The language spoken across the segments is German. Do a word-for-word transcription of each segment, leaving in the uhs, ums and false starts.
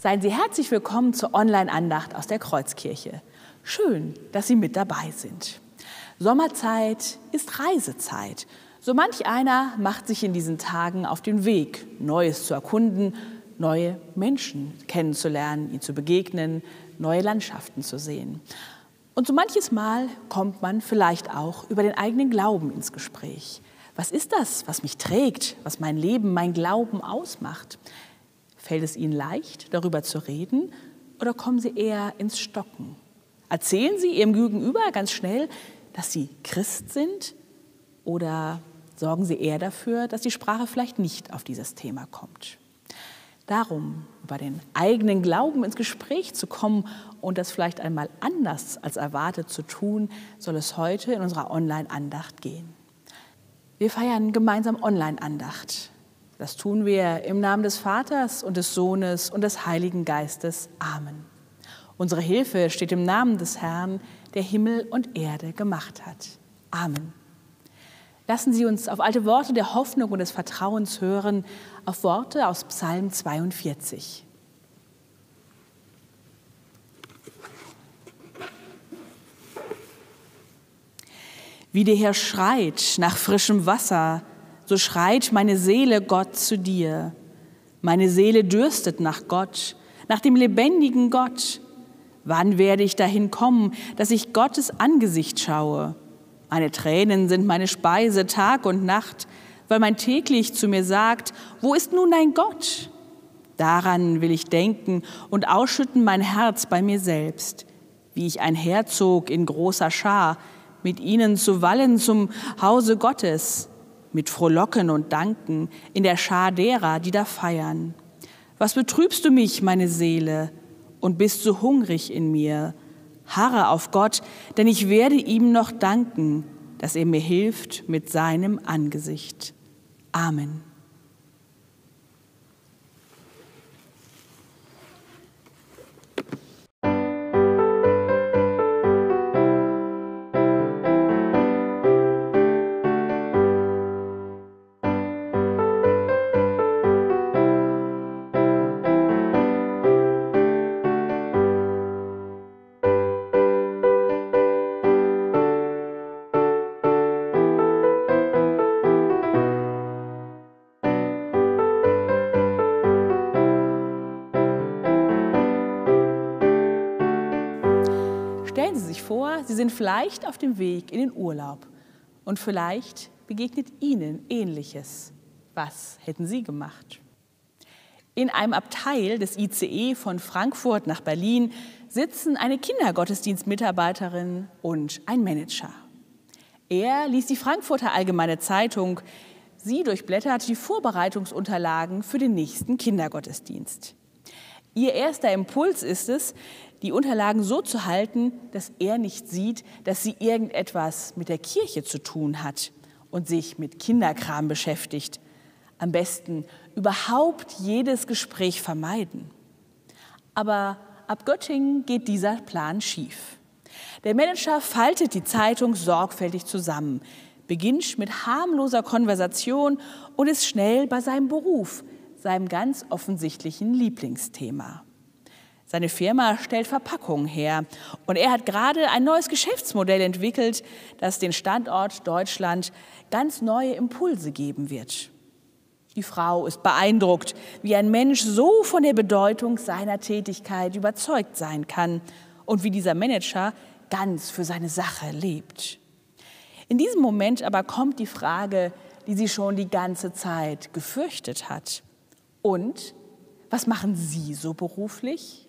Seien Sie herzlich willkommen zur Online-Andacht aus der Kreuzkirche. Schön, dass Sie mit dabei sind. Sommerzeit ist Reisezeit. So manch einer macht sich in diesen Tagen auf den Weg, Neues zu erkunden, neue Menschen kennenzulernen, ihnen zu begegnen, neue Landschaften zu sehen. Und so manches Mal kommt man vielleicht auch über den eigenen Glauben ins Gespräch. Was ist das, was mich trägt, was mein Leben, mein Glauben ausmacht? Fällt es Ihnen leicht, darüber zu reden, oder kommen Sie eher ins Stocken? Erzählen Sie Ihrem Gegenüber ganz schnell, dass Sie Christ sind, oder sorgen Sie eher dafür, dass die Sprache vielleicht nicht auf dieses Thema kommt? Darum, über den eigenen Glauben ins Gespräch zu kommen und das vielleicht einmal anders als erwartet zu tun, soll es heute in unserer Online-Andacht gehen. Wir feiern gemeinsam Online-Andacht. Das tun wir im Namen des Vaters und des Sohnes und des Heiligen Geistes. Amen. Unsere Hilfe steht im Namen des Herrn, der Himmel und Erde gemacht hat. Amen. Lassen Sie uns auf alte Worte der Hoffnung und des Vertrauens hören, auf Worte aus Psalm zweiundvierzig. Wie der Herr schreit nach frischem Wasser, so schreit meine Seele Gott zu dir. Meine Seele dürstet nach Gott, nach dem lebendigen Gott. Wann werde ich dahin kommen, dass ich Gottes Angesicht schaue? Meine Tränen sind meine Speise Tag und Nacht, weil mein täglich zu mir sagt, wo ist nun dein Gott? Daran will ich denken und ausschütten mein Herz bei mir selbst, wie ich einherzog in großer Schar, mit ihnen zu wallen zum Hause Gottes, mit Frohlocken und Danken in der Schar derer, die da feiern. Was betrübst du mich, meine Seele, und bist so hungrig in mir? Harre auf Gott, denn ich werde ihm noch danken, dass er mir hilft mit seinem Angesicht. Amen. Stellen Sie sich vor, Sie sind vielleicht auf dem Weg in den Urlaub und vielleicht begegnet Ihnen Ähnliches. Was hätten Sie gemacht? In einem Abteil des I C E von Frankfurt nach Berlin sitzen eine Kindergottesdienstmitarbeiterin und ein Manager. Er liest die Frankfurter Allgemeine Zeitung. Sie durchblättert die Vorbereitungsunterlagen für den nächsten Kindergottesdienst. Ihr erster Impuls ist es, die Unterlagen so zu halten, dass er nicht sieht, dass sie irgendetwas mit der Kirche zu tun hat und sich mit Kinderkram beschäftigt. Am besten überhaupt jedes Gespräch vermeiden. Aber ab Göttingen geht dieser Plan schief. Der Manager faltet die Zeitung sorgfältig zusammen, beginnt mit harmloser Konversation und ist schnell bei seinem Beruf, seinem ganz offensichtlichen Lieblingsthema. Seine Firma stellt Verpackungen her und er hat gerade ein neues Geschäftsmodell entwickelt, das den Standort Deutschland ganz neue Impulse geben wird. Die Frau ist beeindruckt, wie ein Mensch so von der Bedeutung seiner Tätigkeit überzeugt sein kann und wie dieser Manager ganz für seine Sache lebt. In diesem Moment aber kommt die Frage, die sie schon die ganze Zeit gefürchtet hat. Und was machen Sie so beruflich?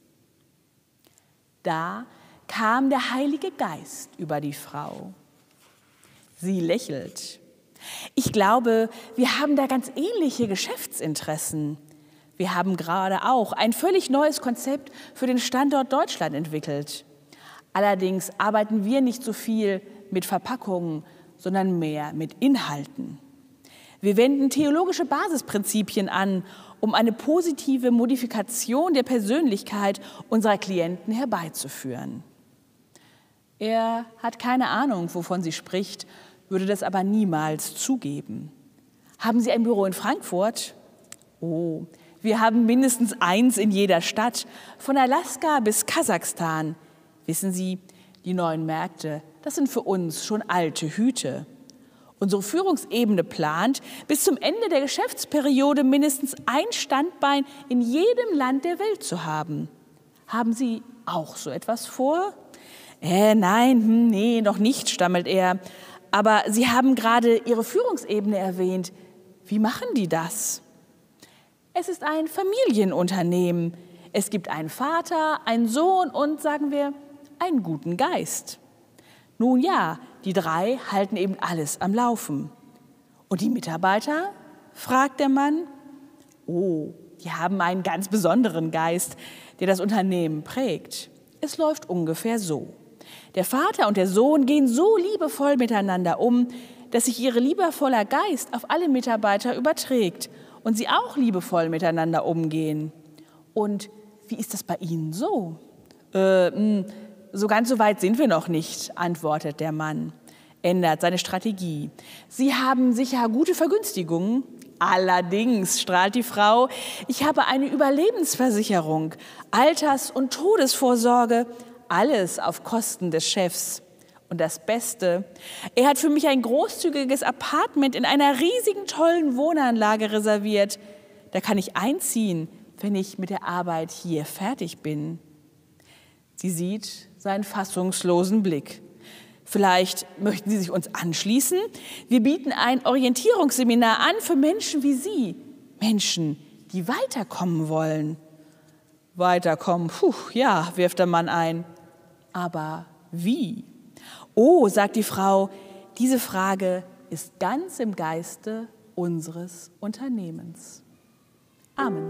Da kam der Heilige Geist über die Frau. Sie lächelt. Ich glaube, wir haben da ganz ähnliche Geschäftsinteressen. Wir haben gerade auch ein völlig neues Konzept für den Standort Deutschland entwickelt. Allerdings arbeiten wir nicht so viel mit Verpackungen, sondern mehr mit Inhalten. Wir wenden theologische Basisprinzipien an, um eine positive Modifikation der Persönlichkeit unserer Klienten herbeizuführen. Er hat keine Ahnung, wovon sie spricht, würde das aber niemals zugeben. Haben Sie ein Büro in Frankfurt? Oh, Wir haben mindestens eins in jeder Stadt, von Alaska bis Kasachstan. Wissen Sie, die neuen Märkte, das sind für uns schon alte Hüte. Unsere Führungsebene plant, bis zum Ende der Geschäftsperiode mindestens ein Standbein in jedem Land der Welt zu haben. Haben Sie auch so etwas vor? Äh, nein, hm, nee, noch nicht, stammelt er. Aber Sie haben gerade Ihre Führungsebene erwähnt. Wie machen die das? Es ist ein Familienunternehmen. Es gibt einen Vater, einen Sohn und, sagen wir, einen guten Geist. Nun ja, die drei halten eben alles am Laufen. Und die Mitarbeiter? Fragt der Mann. Oh, die haben einen ganz besonderen Geist, der das Unternehmen prägt. Es läuft ungefähr so. Der Vater und der Sohn gehen so liebevoll miteinander um, dass sich ihr liebevoller Geist auf alle Mitarbeiter überträgt und sie auch liebevoll miteinander umgehen. Und wie ist das bei Ihnen so? Äh, mh, so ganz so weit sind wir noch nicht, antwortet der Mann, ändert seine Strategie. Sie haben sicher gute Vergünstigungen. Allerdings, strahlt die Frau, ich habe eine Überlebensversicherung, Alters- und Todesvorsorge, alles auf Kosten des Chefs. Und das Beste, er hat für mich ein großzügiges Apartment in einer riesigen, tollen Wohnanlage reserviert. Da kann ich einziehen, wenn ich mit der Arbeit hier fertig bin. Sie sieht seinen fassungslosen Blick. Vielleicht möchten Sie sich uns anschließen? Wir bieten ein Orientierungsseminar an für Menschen wie Sie. Menschen, die weiterkommen wollen. Weiterkommen, puh, ja, wirft der Mann ein. Aber wie? Oh, sagt die Frau, diese Frage ist ganz im Geiste unseres Unternehmens. Amen.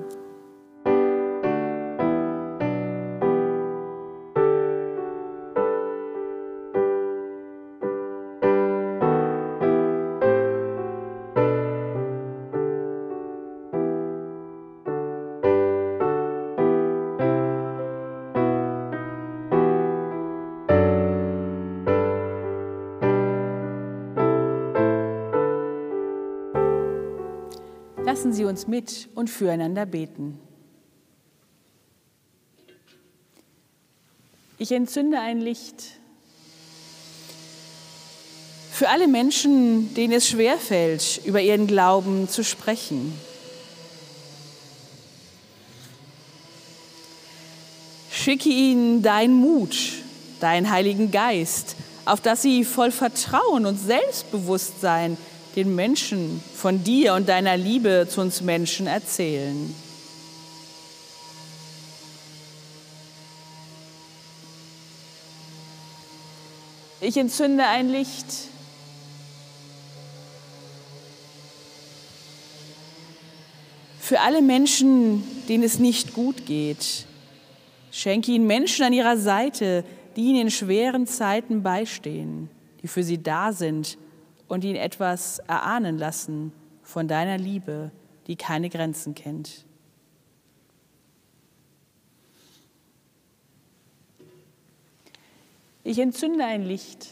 Lassen Sie uns mit und füreinander beten. Ich entzünde ein Licht für alle Menschen, denen es schwerfällt, über ihren Glauben zu sprechen. Schicke ihnen deinen Mut, deinen Heiligen Geist, auf dass sie voll Vertrauen und Selbstbewusstsein den Menschen von dir und deiner Liebe zu uns Menschen erzählen. Ich entzünde ein Licht für alle Menschen, denen es nicht gut geht. Schenke ihnen Menschen an ihrer Seite, die ihnen in schweren Zeiten beistehen, die für sie da sind und ihnen etwas erahnen lassen von deiner Liebe, die keine Grenzen kennt. Ich entzünde ein Licht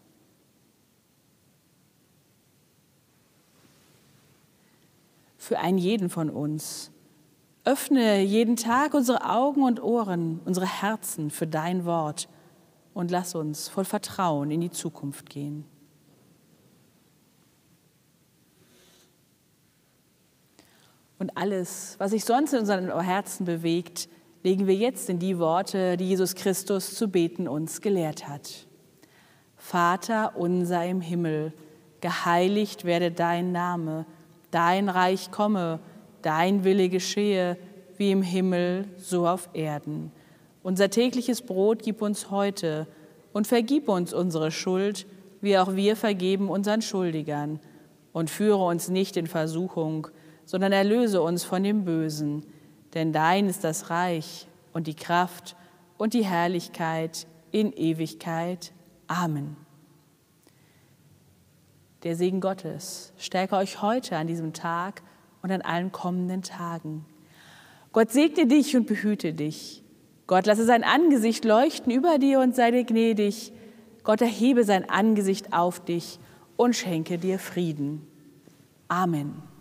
für einen jeden von uns. Öffne jeden Tag unsere Augen und Ohren, unsere Herzen für dein Wort und lass uns voll Vertrauen in die Zukunft gehen. Und alles, was sich sonst in unseren Herzen bewegt, legen wir jetzt in die Worte, die Jesus Christus zu beten uns gelehrt hat. Vater unser im Himmel, geheiligt werde dein Name, dein Reich komme, dein Wille geschehe, wie im Himmel, so auf Erden. Unser tägliches Brot gib uns heute und vergib uns unsere Schuld, wie auch wir vergeben unseren Schuldigern. Und führe uns nicht in Versuchung, sondern erlöse uns von dem Bösen. Denn dein ist das Reich und die Kraft und die Herrlichkeit in Ewigkeit. Amen. Der Segen Gottes stärke euch heute an diesem Tag und an allen kommenden Tagen. Gott segne dich und behüte dich. Gott lasse sein Angesicht leuchten über dir und sei dir gnädig. Gott erhebe sein Angesicht auf dich und schenke dir Frieden. Amen.